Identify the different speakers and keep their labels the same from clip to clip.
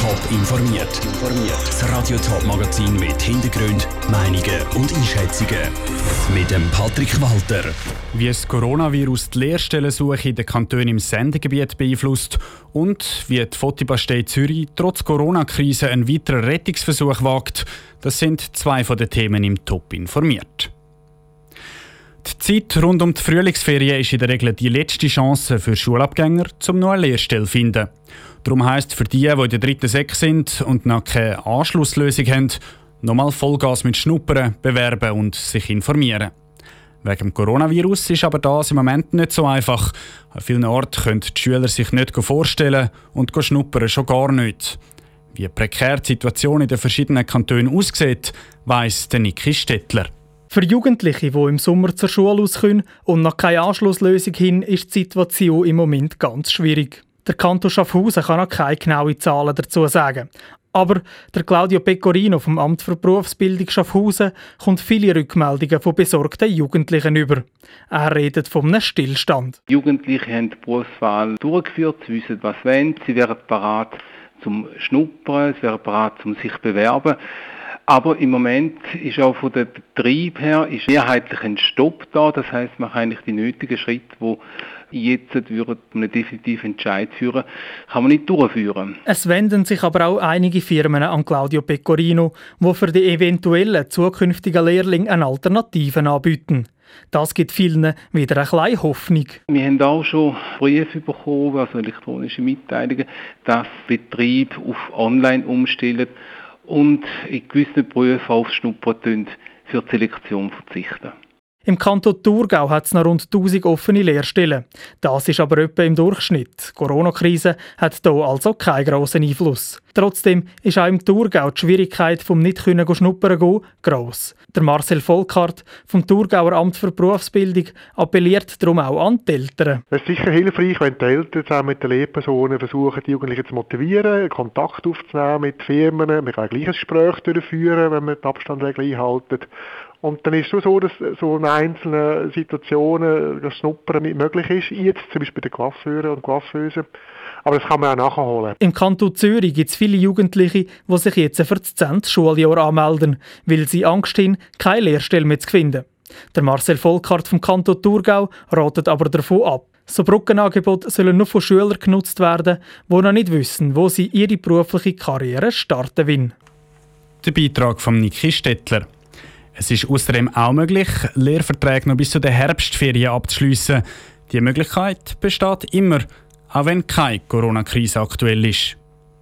Speaker 1: Top informiert. Das Radio Top Magazin mit Hintergrund, Meinungen und Einschätzungen mit dem Patrick Walter.
Speaker 2: Wie das Coronavirus die Lehrstellensuche in den Kantonen im Sendegebiet beeinflusst und wie die Fotibastei Zürich trotz Corona-Krise einen weiteren Rettungsversuch wagt, das sind zwei von den Themen im Top informiert. Die Zeit rund um die Frühlingsferien ist in der Regel die letzte Chance für Schulabgänger, um noch eine Lehrstelle zu finden. Darum heisst für die in der 3. Sek sind und noch keine Anschlusslösung haben, nochmal Vollgas mit Schnuppern, bewerben und sich informieren. Wegen dem Coronavirus ist aber das im Moment nicht so einfach. An vielen Orten können die Schüler sich nicht vorstellen und schnuppern schon gar nicht. Wie prekär die Situation in den verschiedenen Kantonen aussieht, weiss Niki Stettler.
Speaker 3: Für Jugendliche, die im Sommer zur Schule aus können und nach keine Anschlusslösung hin, ist die Situation im Moment ganz schwierig. Der Kanton Schaffhausen kann noch keine genauen Zahlen dazu sagen. Aber der Claudio Pecorino vom Amt für Berufsbildung Schaffhausen kommt viele Rückmeldungen von besorgten Jugendlichen über. Er redet von einem Stillstand.
Speaker 4: Jugendliche haben die Berufswahl durchgeführt, sie wissen, was sie wollen, sie wären bereit zum Schnuppern, sie wären bereit zum sich bewerben. Aber im Moment ist auch von dem Betrieb her ist mehrheitlich ein Stopp da. Das heisst, man kann eigentlich die nötigen Schritte, die jetzt einen definitiven Entscheid führen, kann man nicht durchführen.
Speaker 3: Es wenden sich aber auch einige Firmen an Claudio Pecorino, die für die eventuellen zukünftigen Lehrlinge eine Alternative anbieten. Das gibt vielen wieder ein bisschen Hoffnung.
Speaker 4: Wir haben auch schon Briefe bekommen, also elektronische Mitteilungen, dass Betriebe auf Online umstellen und in gewissen Berufen auf Schnuppern für die Selektion verzichten.
Speaker 3: Im Kanton Thurgau hat es noch rund 1000 offene Lehrstellen. Das ist aber etwa im Durchschnitt. Die Corona-Krise hat hier also keinen grossen Einfluss. Trotzdem ist auch im Thurgau die Schwierigkeit vom nicht schnuppern gehen gross. Der Marcel Volkart vom Thurgauer Amt für Berufsbildung appelliert darum auch an die Eltern.
Speaker 5: Es ist sicher hilfreich, wenn die Eltern zusammen mit den Lehrpersonen versuchen, die Jugendlichen zu motivieren, Kontakt aufzunehmen mit Firmen. Man kann gleich ein Gespräch durchführen, wenn man die Abstandsregeln einhält. Und dann ist es so, dass so in einzelnen Situationen das Schnuppern nicht möglich ist. Jetzt zum Beispiel bei den Coiffeuren und Coiffeusen. Aber das kann man auch nachholen.
Speaker 3: Im Kanton Zürich gibt es viele Jugendliche, die sich jetzt für das 10. Schuljahr anmelden, weil sie Angst haben, keine Lehrstelle mehr zu finden. Der Marcel Volkart vom Kanton Thurgau ratet aber davon ab. So Brückenangebote sollen nur von Schülern genutzt werden, die noch nicht wissen, wo sie ihre berufliche Karriere starten wollen.
Speaker 2: Der Beitrag von Niki Stettler. Es ist außerdem auch möglich, Lehrverträge noch bis zu den Herbstferien abzuschliessen. Diese Möglichkeit besteht immer, auch wenn keine Corona-Krise aktuell ist.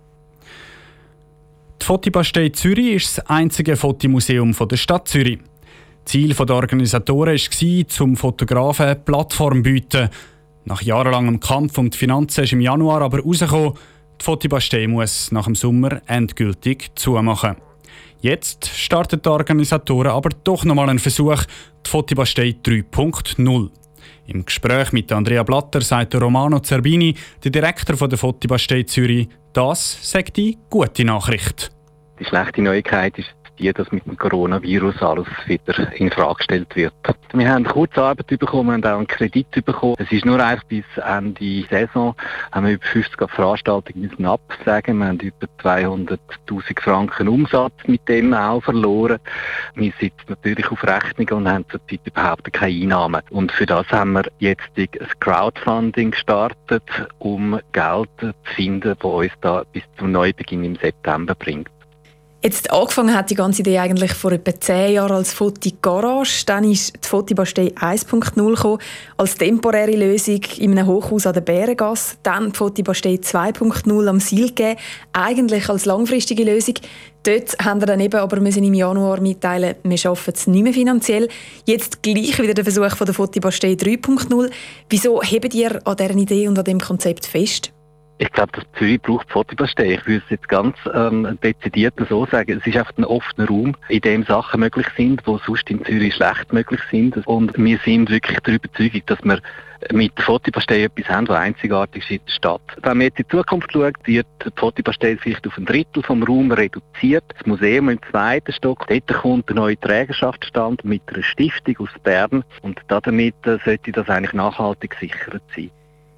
Speaker 2: Die Fotibastei Zürich ist das einzige Fotomuseum der Stadt Zürich. Ziel der Organisatoren war, zum Fotografen eine Plattform zu bieten. Nach jahrelangem Kampf um die Finanzen ist im Januar aber herausgekommen, die Fotibastei muss nach dem Sommer endgültig zumachen. Jetzt starten die Organisatoren aber doch nochmal einen Versuch, die Fotibastei 3.0. Im Gespräch mit Andrea Blatter sagt Romano Zerbini, der Direktor der Fotibastei Zürich, das sei die gute Nachricht.
Speaker 6: Die schlechte Neuigkeit ist die, dass mit dem Coronavirus alles wieder in Frage gestellt wird. Wir haben Kurzarbeit bekommen und auch einen Kredit bekommen. Es ist nur einfach bis Ende Saison, haben wir über 50 Veranstaltungen müssen absagen. Wir haben über 200'000 Franken Umsatz mit dem auch verloren. Wir sitzen natürlich auf Rechnungen und haben zurzeit überhaupt keine Einnahmen. Und für das haben wir jetzt ein Crowdfunding gestartet, um Geld zu finden, das uns da bis zum Neubeginn im September bringt.
Speaker 7: Jetzt angefangen hat die ganze Idee eigentlich vor etwa 10 Jahren als Foti-Garage. Dann ist die Fotibastei 1.0 gekommen, als temporäre Lösung in einem Hochhaus an der Bärengasse. Dann die Fotibastei 2.0 am Siel gegeben, eigentlich als langfristige Lösung. Dort haben wir dann eben aber müssen im Januar mitteilen, wir schaffen es nicht mehr finanziell. Jetzt gleich wieder der Versuch von der Fotibastei 3.0. Wieso hebt ihr an dieser Idee und an diesem Konzept fest?
Speaker 6: Ich glaube, dass Zürich braucht Fotibastei. Ich würde es jetzt ganz dezidiert so sagen. Es ist einfach ein offener Raum, in dem Sachen möglich sind, die sonst in Zürich schlecht möglich sind. Und wir sind wirklich der Überzeugung, dass wir mit der Fotibastei etwas haben, was einzigartig ist in der Stadt. Wenn man jetzt in die Zukunft schaut, wird die Fotibastei vielleicht auf ein Drittel vom Raum reduziert. Das Museum im 2. Stock, dort kommt eine neue Trägerschaftsstand mit einer Stiftung aus Bern. Und damit sollte das eigentlich nachhaltig gesichert sein.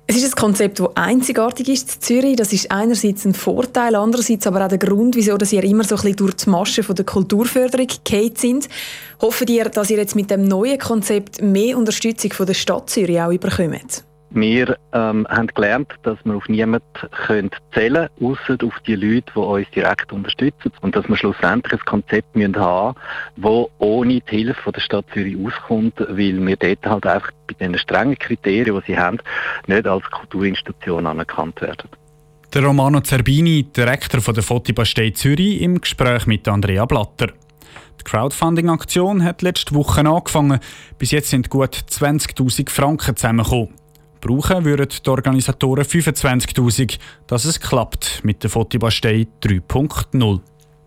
Speaker 7: Es ist ein Konzept, das einzigartig ist in Zürich. Das ist einerseits ein Vorteil, andererseits aber auch der Grund, wieso ihr immer so ein bisschen durch die Masche von der Kulturförderung gefallen sind. Hoffen ihr, dass ihr jetzt mit dem neuen Konzept mehr Unterstützung von der Stadt Zürich auch bekommt?
Speaker 6: Wir haben gelernt, dass wir auf niemanden zählen können, ausser auf die Leute, die uns direkt unterstützen. Und dass wir schlussendlich ein Konzept haben müssen, das ohne die Hilfe von der Stadt Zürich auskommt, weil wir dort halt einfach bei den strengen Kriterien, die sie haben, nicht als Kulturinstitution anerkannt werden.
Speaker 2: Der Romano Zerbini, Direktor von der Fotibastei Zürich, im Gespräch mit Andrea Blatter. Die Crowdfunding-Aktion hat letzte Woche angefangen. Bis jetzt sind gut 20'000 Franken zusammengekommen. Brauchen würden die Organisatoren 25'000, dass es klappt mit der Fotibastei 3.0.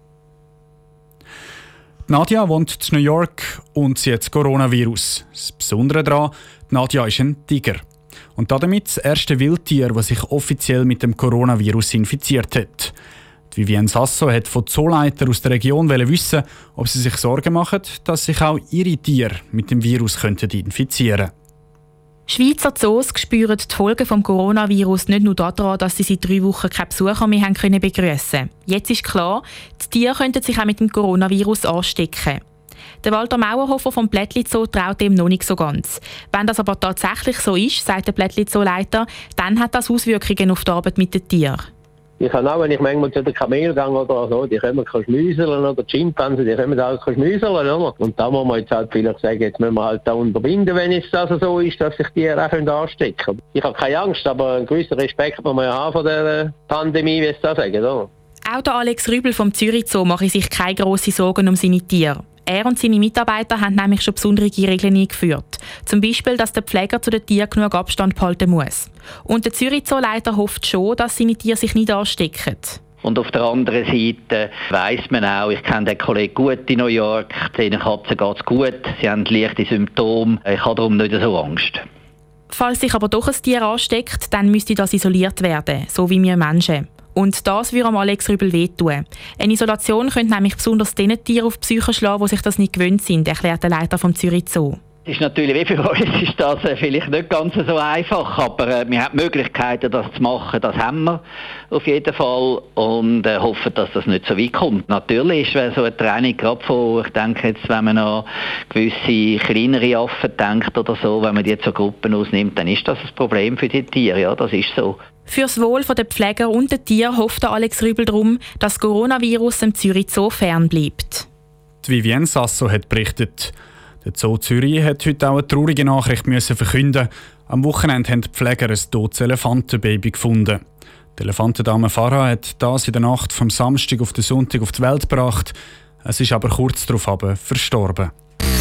Speaker 2: Nadja wohnt in New York und sie hat das Coronavirus. Das Besondere daran, Nadja ist ein Tiger. Und damit das erste Wildtier, das sich offiziell mit dem Coronavirus infiziert hat. Die Vivienne Sasso hat von Zooleitern aus der Region wissen, ob sie sich Sorgen machen, dass sich auch ihre Tiere mit dem Virus infizieren könnten.
Speaker 8: Schweizer Zoos spüren die Folgen des Coronavirus nicht nur daran, dass sie seit 3 Wochen keine Besucher mehr haben begrüßen können. Jetzt ist klar, die Tiere könnten sich auch mit dem Coronavirus anstecken. Der Walter Mauerhofer vom Blättli Zoo traut dem noch nicht so ganz. Wenn das aber tatsächlich so ist, sagt der Blättli Zoo-Leiter, dann hat das Auswirkungen auf die Arbeit mit den Tieren.
Speaker 9: Ich kann auch, wenn ich manchmal zu den Kamel gehe oder so, die können schmüseln oder die Schimpansen, die können auch schmüseln. Oder? Und da muss man jetzt halt vielleicht sagen, jetzt müssen wir halt da unterbinden, wenn es also so ist, dass sich die auch anstecken können. Ich habe keine Angst, aber einen gewissen Respekt muss man ja haben von der Pandemie, wie es da sagen. Oder?
Speaker 8: Auch der Alex Rübel vom Zürich Zoo mache sich keine grossen Sorgen um seine Tiere. Er und seine Mitarbeiter haben nämlich schon besondere Regeln eingeführt. Zum Beispiel, dass der Pfleger zu den Tieren genug Abstand behalten muss. Und der Zürich Zoo-Leiter hofft schon, dass seine Tiere sich nicht anstecken.
Speaker 10: Und auf der anderen Seite weiss man auch, ich kenne den Kollegen gut in New York, den Katzen geht es gut, sie haben leichte Symptome, ich habe darum nicht so Angst.
Speaker 8: Falls sich aber doch ein Tier ansteckt, dann müsste das isoliert werden, so wie wir Menschen. Und das würde Alex Rübel wehtun. Eine Isolation könnte nämlich besonders den Tieren auf die Psyche schlagen, die sich das nicht gewöhnt sind, erklärt der Leiter vom Zürich Zoo.
Speaker 10: Ist natürlich, wie für uns ist das vielleicht nicht ganz so einfach, aber wir haben Möglichkeiten, das zu machen, das haben wir auf jeden Fall und hoffen, dass das nicht so weit kommt. Natürlich ist so eine Training gerade von, ich denke jetzt, wenn man an gewisse kleinere Affen denkt oder so, wenn man die zur Gruppen ausnimmt, dann ist das ein Problem für die Tiere, ja, das ist so.
Speaker 8: Fürs Wohl der Pfleger und der Tiere hofft Alex Rübel darum, dass das Coronavirus im Zürich Zoo fern bleibt.
Speaker 2: Die Vivienne Sasso hat berichtet. Der Zoo Zürich hat heute auch eine traurige Nachricht verkünden. Am Wochenende haben die Pfleger ein totes Elefantenbaby gefunden. Die Elefantendame Farah hat das in der Nacht vom Samstag auf den Sonntag auf die Welt gebracht. Es ist aber kurz darauf verstorben.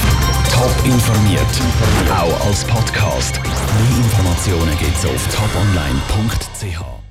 Speaker 1: Top informiert, auch als Podcast. Mehr Informationen gibt es auf toponline.ch.